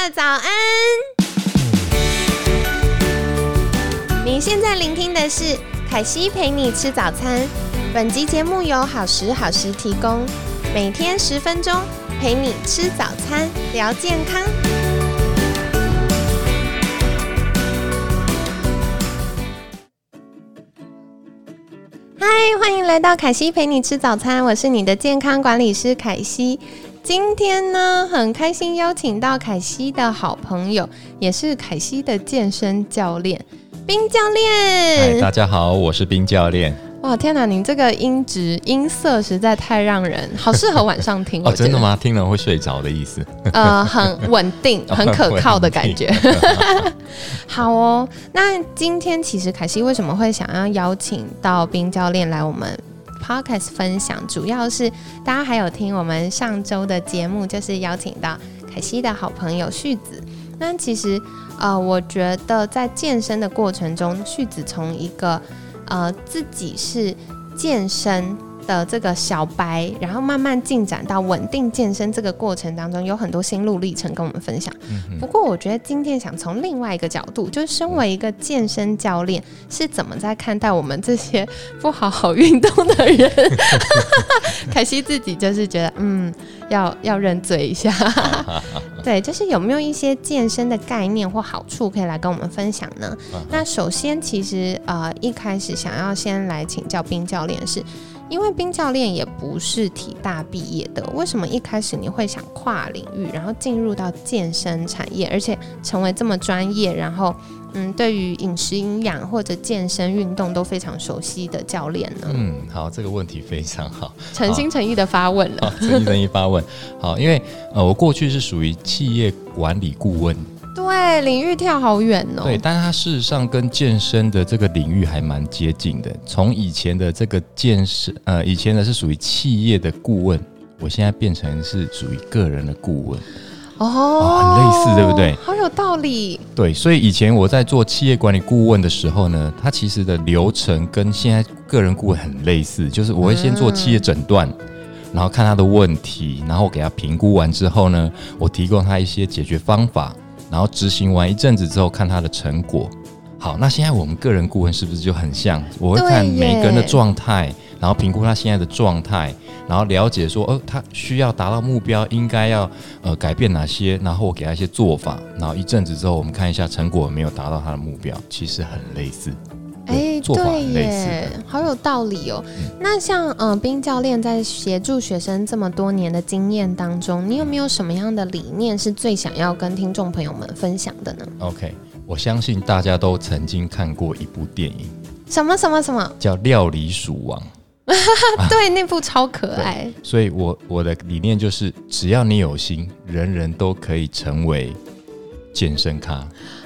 早安！你现在聆听的是凯西陪你吃早餐。本集节目由好时好时提供，每天10分钟陪你吃早餐，聊健康。嗨，欢迎来到凯西陪你吃早餐，我是你的健康管理师凯西。今天呢，很开心邀请到凯西的好朋友，也是凯西的健身教练冰教练。 嗨，大家好，我是冰教练。 哇，天哪，您这个音色实在太让人好适合晚上听。 哦，真的吗？听了会睡着的意思？ 很稳定，很可靠的感觉。好哦，那今天其实凯西为什么会想要邀请到冰教练来我们Podcast 分享，主要是大家还有听我们上周的节目，就是邀请到凯西的好朋友旭子。那其实我觉得在健身的过程中，旭子从一个自己是健身的这个小白，然后慢慢进展到稳定健身这个过程当中，有很多心路历程跟我们分享。不过我觉得今天想从另外一个角度，就是身为一个健身教练，是怎么在看待我们这些不好好运动的人。凯西自己就是觉得要认罪一下。对，就是有没有一些健身的概念或好处可以来跟我们分享呢？那首先其实一开始想要先来请教冰教练，是因为冰教练也不是体大毕业的，为什么一开始你会想跨领域，然后进入到健身产业，而且成为这么专业，然后对于饮食营养或者健身运动都非常熟悉的教练呢？ 好，这个问题非常好， 诚心诚意的发问了。 诚心诚意发问。好，因为我过去是属于企业管理顾问。 对，领域跳好远哦。 对，但是它事实上跟健身的这个领域还蛮接近的。从以前的这个健身，以前的是属于企业的顾问，我现在变成是属于个人的顾问。很类似，对不对？ 好有道理。对， 所以以前我在做企业管理顾问的时候呢，它其实的流程跟现在个人顾问很类似，就是我会先做企业诊断，然后看他的问题，然后我给他评估完之后呢，我提供他一些解决方法，然后执行完一阵子之后看他的成果。好，那现在我们个人顾问是不是就很像？我会看每个人的状态，然后评估他现在的状态，然后了解说，他需要达到目标，应该要改变哪些，然后我给他一些做法，然后一阵子之后，我们看一下成果有没有达到他的目标，其实很类似。做法很类似的， 好有道理哦。那像冰教练在协助学生这么多年的经验当中，你有没有什么样的理念是最想要跟听众朋友们分享的呢？ OK， 我相信大家都曾经看过一部电影， 什么叫《料理鼠王》。 对，那部超可爱。 所以我的理念就是，只要你有心，人人都可以成为健身咖。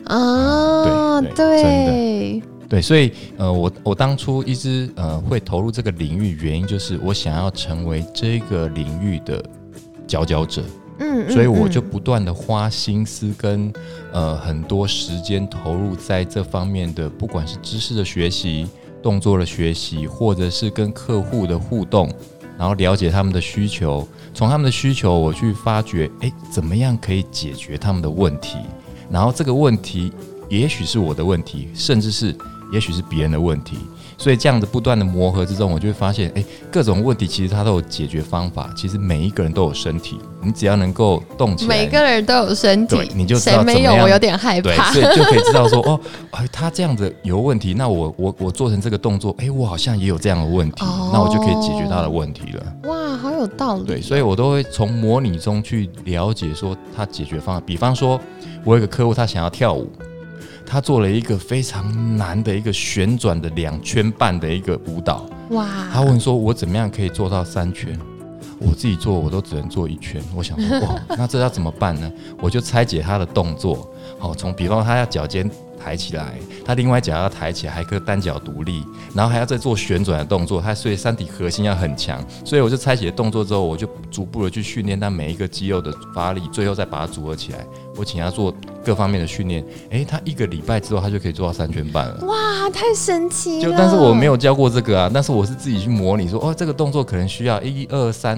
对， 真的。对，所以我当初一直会投入这个领域，原因就是我想要成为这个领域的佼佼者。所以我就不断的花心思跟很多时间投入在这方面的，不管是知识的学习、动作的学习，或者是跟客户的互动，然后了解他们的需求，从他们的需求我去发掘，怎么样可以解决他们的问题，然后这个问题也许是我的问题，甚至是也许是别人的问题，所以这样子不断的磨合之中，我就会发现，各种问题其实它都有解决方法。其实每一个人都有身体，你只要能够动起来， 每个人都有身体， 对，你就知道谁没有，我有点害怕。 对，所以就可以知道说，他这样子有问题，那我做成这个动作，我好像也有这样的问题，那我就可以解决他的问题了。 哇，好有道理。 对，所以我都会从模拟中去了解说他解决方法。比方说，我有一个客户，他想要跳舞。他做了一个非常难的一个旋转的2圈半的一个舞蹈，哇！他问说：“我怎么样可以做到3圈？我自己做我都只能做1圈。”我想说：“哇，那这要怎么办呢？”我就拆解他的动作，从比方他要脚尖抬起来，他另外脚要抬起来，还可以单脚独立，然后还要再做旋转的动作，他所以身体核心要很强。所以我就拆解动作之后，我就逐步的去训练他每一个肌肉的发力，最后再把它组合起来。我请他做各方面的训练，他1个礼拜之后，他就可以做到3圈半了。 哇，太神奇了！ 但是我没有教过这个啊，但是我是自己去模拟说，这个动作可能需要1、2、3，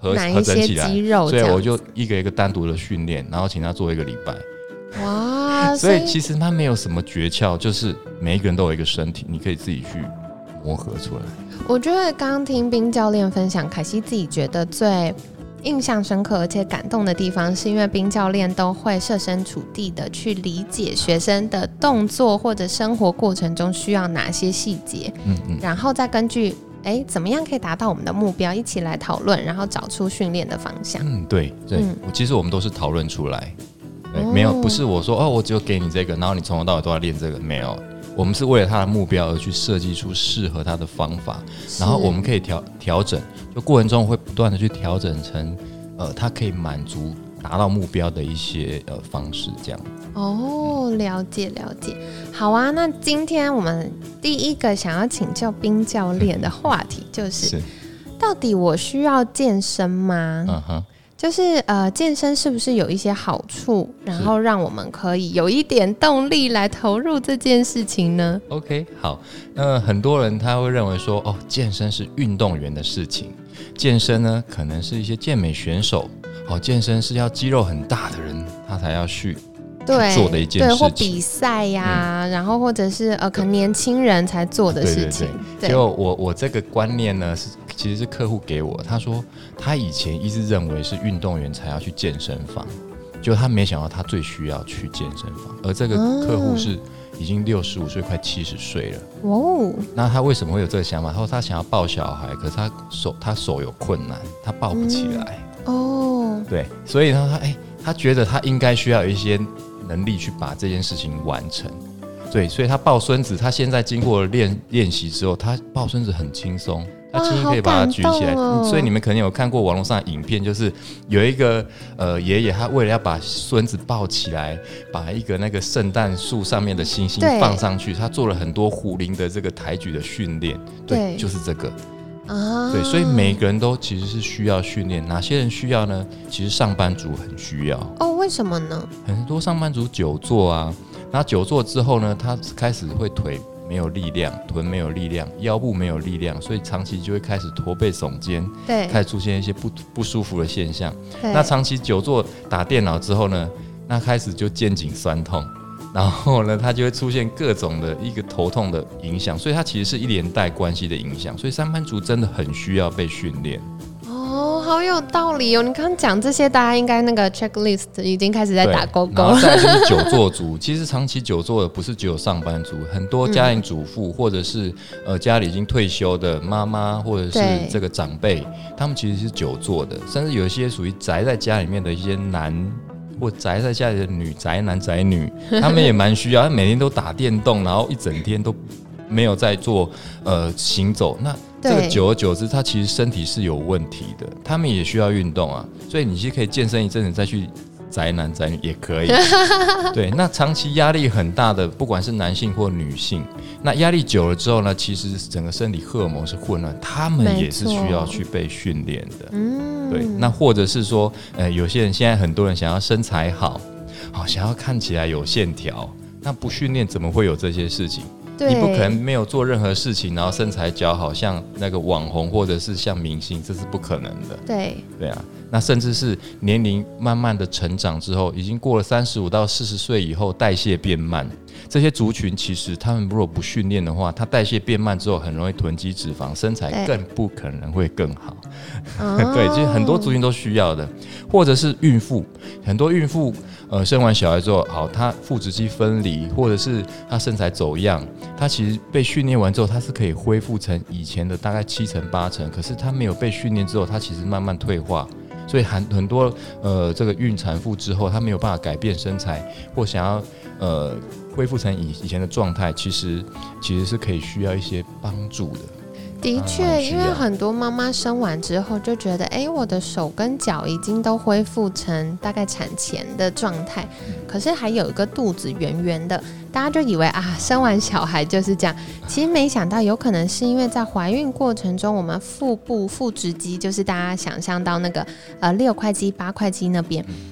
合整起来，所以我就一个一个单独的训练，然后请他做1个礼拜。哇，所以其实他没有什么诀窍，就是每一个人都有一个身体，你可以自己去磨合出来。 我觉得刚刚听彬教练分享，凯西自己觉得最印象深刻而且感动的地方，是因为彬教练都会设身处地的去理解学生的动作或者生活过程中需要哪些细节，然后再根据怎么样可以达到我们的目标，一起来讨论，然后找出训练的方向。 对，其实我们都是讨论出来，没有，不是我说我只有给你这个，然后你从头到尾都要练这个，没有。我们是为了他的目标而去设计出适合他的方法，然后我们可以调整，就过程中会不断的去调整成他可以满足达到目标的一些方式，这样。 了解了解。好啊，那今天我们第一个想要请教彬教练的话题就是到底我需要健身吗？就是健身是不是有一些好处，然后让我们可以有一点动力来投入这件事情呢？ OK， 好，很多人他会认为说健身是运动员的事情，健身呢可能是一些健美选手，健身是要肌肉很大的人他才要去做的一件事情， 对，或比赛呀，然后或者是可能年轻人才做的事情。 对，结果我这个观念呢其实是客户给我，他说他以前一直认为是运动员才要去健身房，结果他没想到他最需要去健身房，而这个客户是已经65岁快70岁了。那他为什么会有这个想法？他说他想要抱小孩，可是他手有困难，他抱不起来。对，所以他觉得他应该需要有一些能力去把这件事情完成。对，所以他抱孙子，他现在经过了练习之后，他抱孙子很轻松，他轻易可以把它举起来。所以你们可能有看过网络上的影片，就是有一个爷爷，他为了要把孙子抱起来，把一个那个圣诞树上面的星星放上去，他做了很多壶铃的这个抬举的训练。对，就是这个。对，所以每个人都其实是需要训练。哪些人需要呢？其实上班族很需要。 为什么呢？ 很多上班族久坐啊，然后久坐之后呢，他开始会腿没有力量，臀没有力量，腰部没有力量，所以长期就会开始驼背耸肩，对，开始出现一些不舒服的现象。那长期久坐打电脑之后呢，那开始就肩颈酸痛。然后呢，它就会出现各种的一个头痛的影响，所以它其实是一连带关系的影响。所以上班族真的很需要被训练。 好有道理哦！你刚刚讲这些，大家应该那个 checklist 已经开始在打勾勾。 然后再来就是久坐族，其实长期久坐的不是只有上班族，很多家庭主妇或者是家里已经退休的妈妈或者是这个长辈，他们其实是久坐的，甚至有一些属于宅在家里面的一些或宅在家里的宅男宅女，他们也蛮需要，他每天都打电动，然后一整天都没有在做行走，那这个久而久之，他其实身体是有问题的，他们也需要运动啊，所以你是可以健身一阵子再去宅男宅女也可以。对，那长期压力很大的，不管是男性或女性，那压力久了之后呢，其实整个身体荷尔蒙是混乱，他们也是需要去被训练的。对，那或者是说，有些人现在很多人想要身材好，想要看起来有线条，那不训练怎么会有这些事情？你不可能没有做任何事情，然后身材姣好，像那个网红或者是像明星，这是不可能的。对啊，那甚至是年龄慢慢的成长之后，已经过了35到40岁以后，代谢变慢，这些族群其实他们如果不训练的话，他代谢变慢之后，很容易囤积脂肪，身材更不可能会更好。对，其实很多族群都需要的，或者是孕妇，很多孕妇生完小孩之后，好，她腹直肌分离，或者是她身材走样，她其实被训练完之后，她是可以恢复成以前的大概7成8成，可是她没有被训练之后，她其实慢慢退化。所以很多这个孕产妇之后，她没有办法改变身材，或想要恢复成以前的状态，其实是可以需要一些帮助的。 的确，因为很多妈妈生完之后就觉得，我的手跟脚已经都恢复成大概产前的状态，可是还有一个肚子圆圆的，大家就以为生完小孩就是这样。其实没想到，有可能是因为在怀孕过程中，我们腹部腹直肌，就是大家想象到那个6块肌、8块肌那边，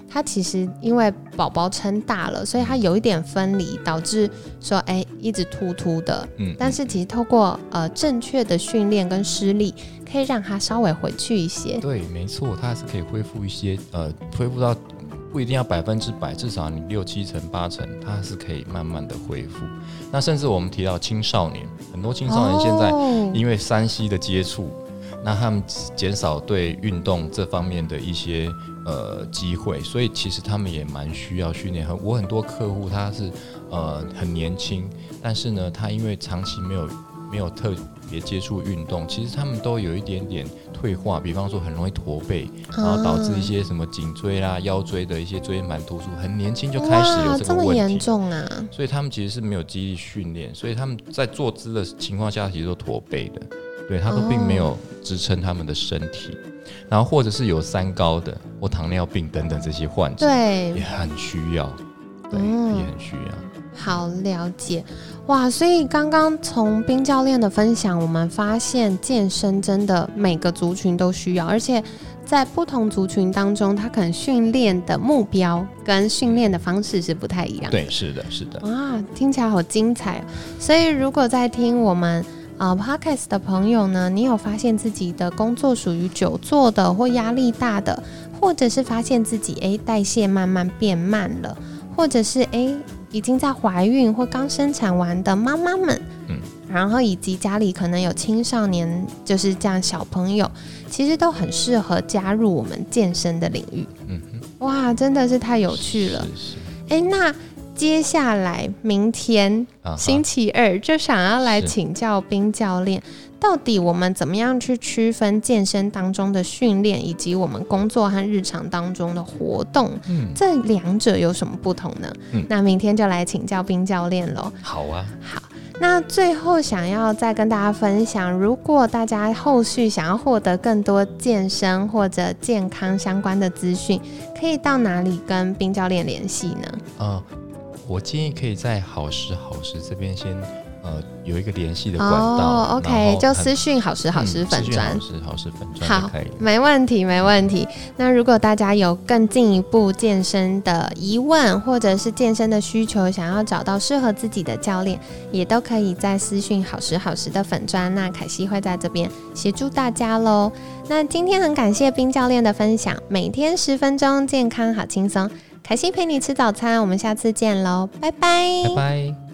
他其实因为宝宝撑大了，所以他有一点分离，导致说一直突突的。但是其实透过正确的训练跟施力，可以让他稍微回去一些。 对，没错，他是可以恢复一些，恢复到不一定要100%，至少你6、7成、8成，它是可以慢慢的恢复。那甚至我们提到青少年，很多青少年现在因为3C 的接触，那他们减少对运动这方面的一些机会，所以其实他们也蛮需要训练。我很多客户他是很年轻，但是呢，他因为长期没有特别接触运动，其实他们都有一点点退化，比方说很容易驼背，然后导致一些什么颈椎啦、腰椎的一些椎间盘突出，很年轻就开始有这个问题， 这么严重啊！ 所以他们其实是没有肌力训练，所以他们在坐姿的情况下其实都驼背的，对，他都并没有支撑他们的身体。然后或者是有三高的或糖尿病等等这些患者， 对， 也很需要，对，也很需要。 好，了解。哇，所以刚刚从彬教练的分享，我们发现健身真的每个族群都需要，而且在不同族群当中，他可能训练的目标跟训练的方式是不太一样的。 对，是的，是的。 哇，听起来好精彩。所以如果在听我们Podcast 的朋友呢，你有发现自己的工作属于久坐的或压力大的，或者是发现自己代谢慢慢变慢了，或者是已经在怀孕或刚生产完的妈妈们，然后以及家里可能有青少年，就是这样小朋友，其实都很适合加入我们健身的领域。哇，真的是太有趣了。那接下来明天星期二就想要来请教彬教练，到底我们怎么样去区分健身当中的训练以及我们工作和日常当中的活动，这两者有什么不同呢？那明天就来请教彬教练咯。 好啊。 好，那最后想要再跟大家分享，如果大家后续想要获得更多健身或者健康相关的资讯，可以到哪里跟彬教练联系呢？ 我建议可以在好时这边先有一个联系的管道。 OK， 就私讯好时粉专， 好时粉专就可以。好， 没问题。那如果大家有更进一步健身的疑问，或者是健身的需求，想要找到适合自己的教练，也都可以在私讯好时的粉专。那凯西会在这边协助大家咯。那今天很感谢彬教练的分享，每天10分钟，健康好轻松。凯西陪你吃早餐，我们下次见咯，拜拜。 拜拜。